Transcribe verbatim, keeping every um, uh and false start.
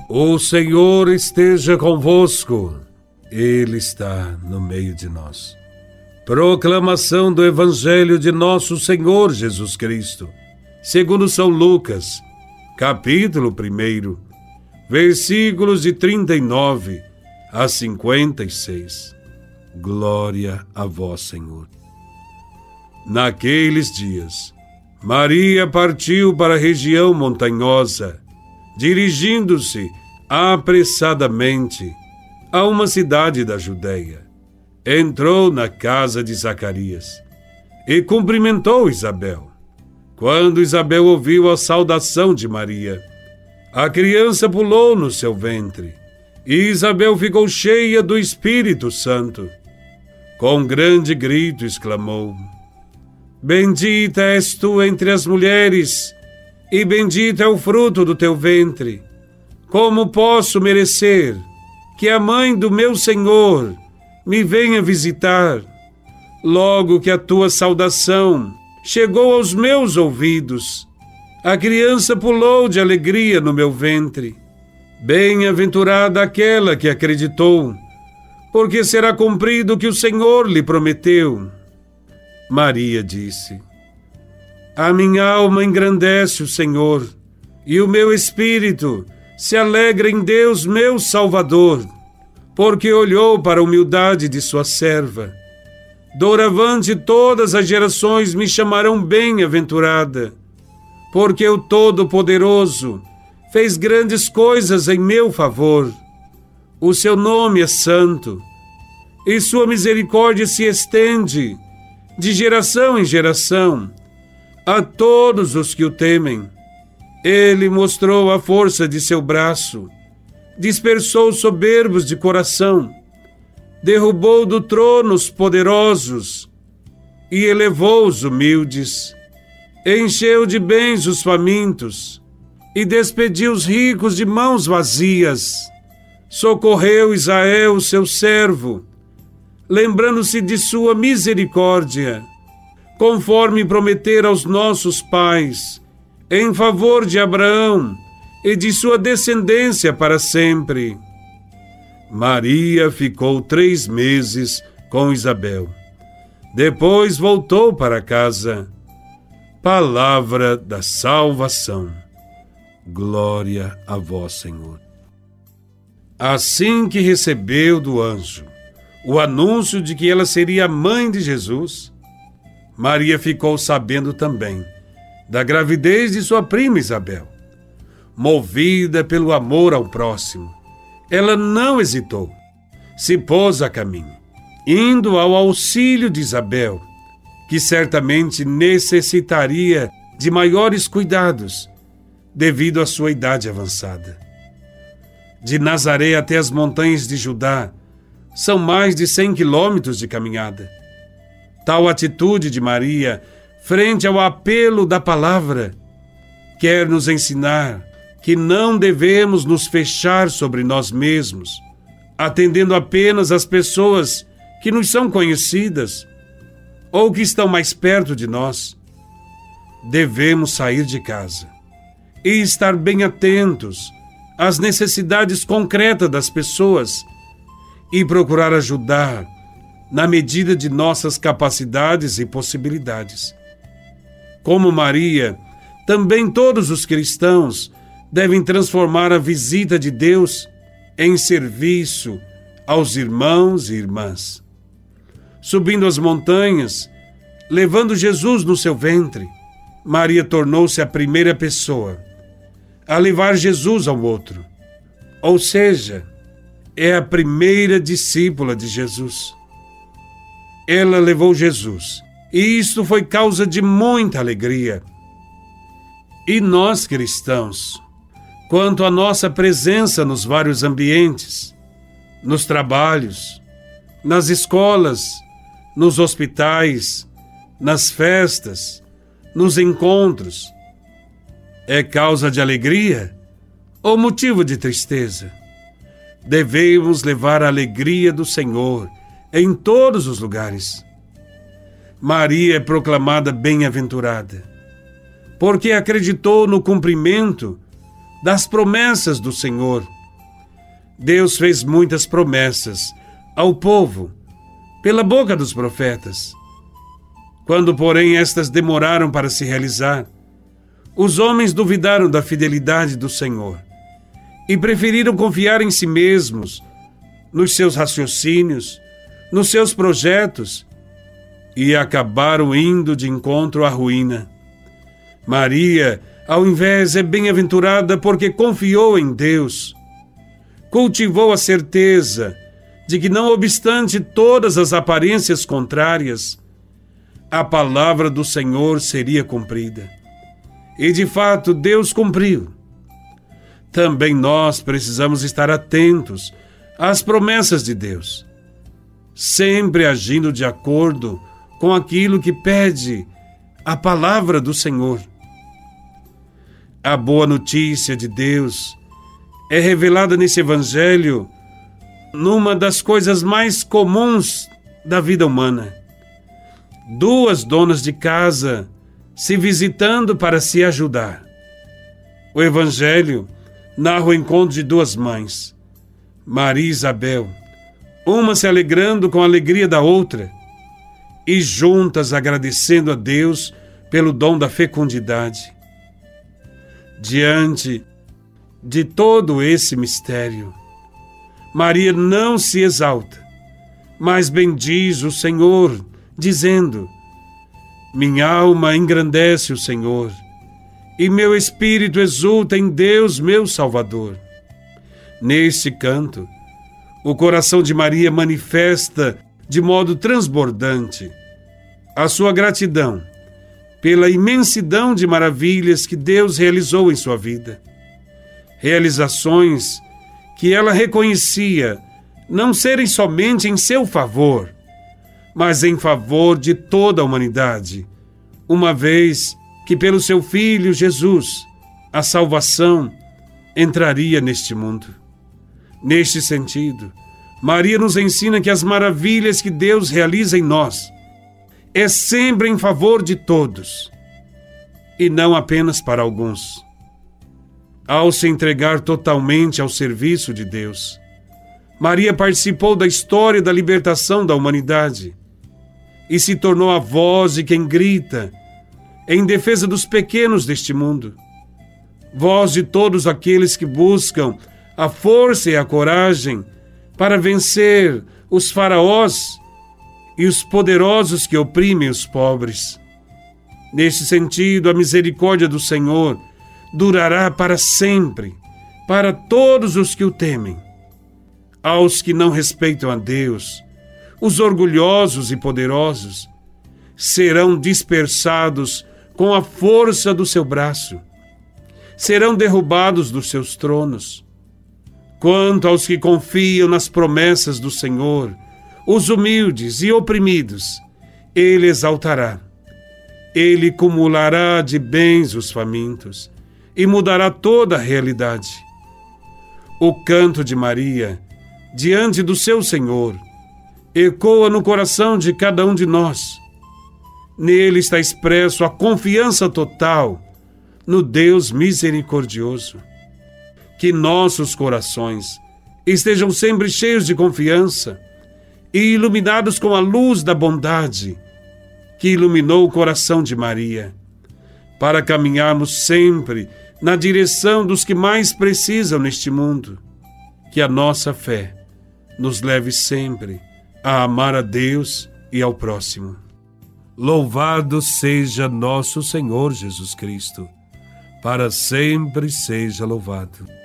O Senhor esteja convosco. Ele está no meio de nós. Proclamação do Evangelho de nosso Senhor Jesus Cristo, segundo São Lucas, capítulo primeiro, versículos de trinta e nove a cinquenta e seis. Glória a vós, Senhor. Naqueles dias, Maria partiu para a região montanhosa, dirigindo-se apressadamente a uma cidade da Judéia. Entrou na casa de Zacarias e cumprimentou Isabel. Quando Isabel ouviu a saudação de Maria, a criança pulou no seu ventre e Isabel ficou cheia do Espírito Santo. Com grande grito exclamou: Bendita és tu entre as mulheres, e bendito é o fruto do teu ventre. Como posso merecer que a mãe do meu Senhor me venha visitar? Logo que a tua saudação chegou aos meus ouvidos, a criança pulou de alegria no meu ventre. Bem-aventurada aquela que acreditou, porque será cumprido o que o Senhor lhe prometeu. Maria disse: A minha alma engrandece o Senhor, e o meu espírito se alegra em Deus, meu Salvador, porque olhou para a humildade de sua serva. Doravante todas as gerações me chamarão bem-aventurada, porque o Todo-Poderoso fez grandes coisas em meu favor. O seu nome é santo, e sua misericórdia se estende de geração em geração a todos os que o temem. Ele mostrou a força de seu braço, dispersou os soberbos de coração, derrubou do trono os poderosos e elevou os humildes, encheu de bens os famintos e despediu os ricos de mãos vazias. Socorreu Israel, seu servo, lembrando-se de sua misericórdia, conforme prometera aos nossos pais, em favor de Abraão e de sua descendência para sempre. Maria ficou três meses com Isabel. Depois voltou para casa. Palavra da salvação. Glória a vós, Senhor. Assim que recebeu do anjo o anúncio de que ela seria a mãe de Jesus, Maria ficou sabendo também da gravidez de sua prima Isabel. Movida pelo amor ao próximo, ela não hesitou, se pôs a caminho, indo ao auxílio de Isabel, que certamente necessitaria de maiores cuidados devido à sua idade avançada. De Nazaré até as montanhas de Judá são mais de cem quilômetros de caminhada. Tal atitude de Maria frente ao apelo da palavra quer nos ensinar que não devemos nos fechar sobre nós mesmos, atendendo apenas às pessoas que nos são conhecidas ou que estão mais perto de nós. Devemos sair de casa e estar bem atentos às necessidades concretas das pessoas e procurar ajudar na medida de nossas capacidades e possibilidades. Como Maria, também todos os cristãos devem transformar a visita de Deus em serviço aos irmãos e irmãs. Subindo as montanhas, levando Jesus no seu ventre, Maria tornou-se a primeira pessoa a levar Jesus ao outro. Ou seja, é a primeira discípula de Jesus. Ela levou Jesus, e isto foi causa de muita alegria. E nós, cristãos, quanto à nossa presença nos vários ambientes, nos trabalhos, nas escolas, nos hospitais, nas festas, nos encontros, é causa de alegria ou motivo de tristeza? Devemos levar a alegria do Senhor em todos os lugares. Maria é proclamada bem-aventurada, porque acreditou no cumprimento das promessas do Senhor Deus fez muitas promessas ao povo pela boca dos profetas. Quando, porém, estas demoraram para se realizar, os homens duvidaram da fidelidade do Senhor e preferiram confiar em si mesmos, nos seus raciocínios, nos seus projetos, e acabaram indo de encontro à ruína. Maria, ao invés, é bem-aventurada porque confiou em Deus. Cultivou a certeza de que, não obstante todas as aparências contrárias, a palavra do Senhor seria cumprida. E, de fato, Deus cumpriu. Também nós precisamos estar atentos às promessas de Deus, sempre agindo de acordo com aquilo que pede a palavra do Senhor. A boa notícia de Deus é revelada nesse Evangelho numa das coisas mais comuns da vida humana. Duas donas de casa se visitando para se ajudar. O Evangelho narra o encontro de duas mães, Maria e Isabel, uma se alegrando com a alegria da outra e juntas agradecendo a Deus pelo dom da fecundidade. Diante de todo esse mistério, Maria não se exalta, mas bendiz o Senhor, dizendo: minha alma engrandece o Senhor, e meu espírito exulta em Deus, meu Salvador. Neste canto, o coração de Maria manifesta de modo transbordante a sua gratidão pela imensidão de maravilhas que Deus realizou em sua vida. Realizações que ela reconhecia não serem somente em seu favor, mas em favor de toda a humanidade, uma vez que pelo seu Filho Jesus a salvação entraria neste mundo. Neste sentido, Maria nos ensina que as maravilhas que Deus realiza em nós é sempre em favor de todos, e não apenas para alguns. Ao se entregar totalmente ao serviço de Deus, Maria participou da história da libertação da humanidade e se tornou a voz de quem grita em defesa dos pequenos deste mundo, voz de todos aqueles que buscam a força e a coragem para vencer os faraós e os poderosos que oprimem os pobres. Neste sentido, a misericórdia do Senhor durará para sempre, para todos os que o temem. Aos que não respeitam a Deus, os orgulhosos e poderosos serão dispersados com a força do seu braço, serão derrubados dos seus tronos. Quanto aos que confiam nas promessas do Senhor, os humildes e oprimidos, Ele exaltará. Ele cumulará de bens os famintos e mudará toda a realidade. O canto de Maria, diante do seu Senhor, ecoa no coração de cada um de nós. Nele está expresso a confiança total no Deus misericordioso. Que nossos corações estejam sempre cheios de confiança e iluminados com a luz da bondade que iluminou o coração de Maria, para caminharmos sempre na direção dos que mais precisam neste mundo. Que a nossa fé nos leve sempre a amar a Deus e ao próximo. Louvado seja nosso Senhor Jesus Cristo, para sempre seja louvado.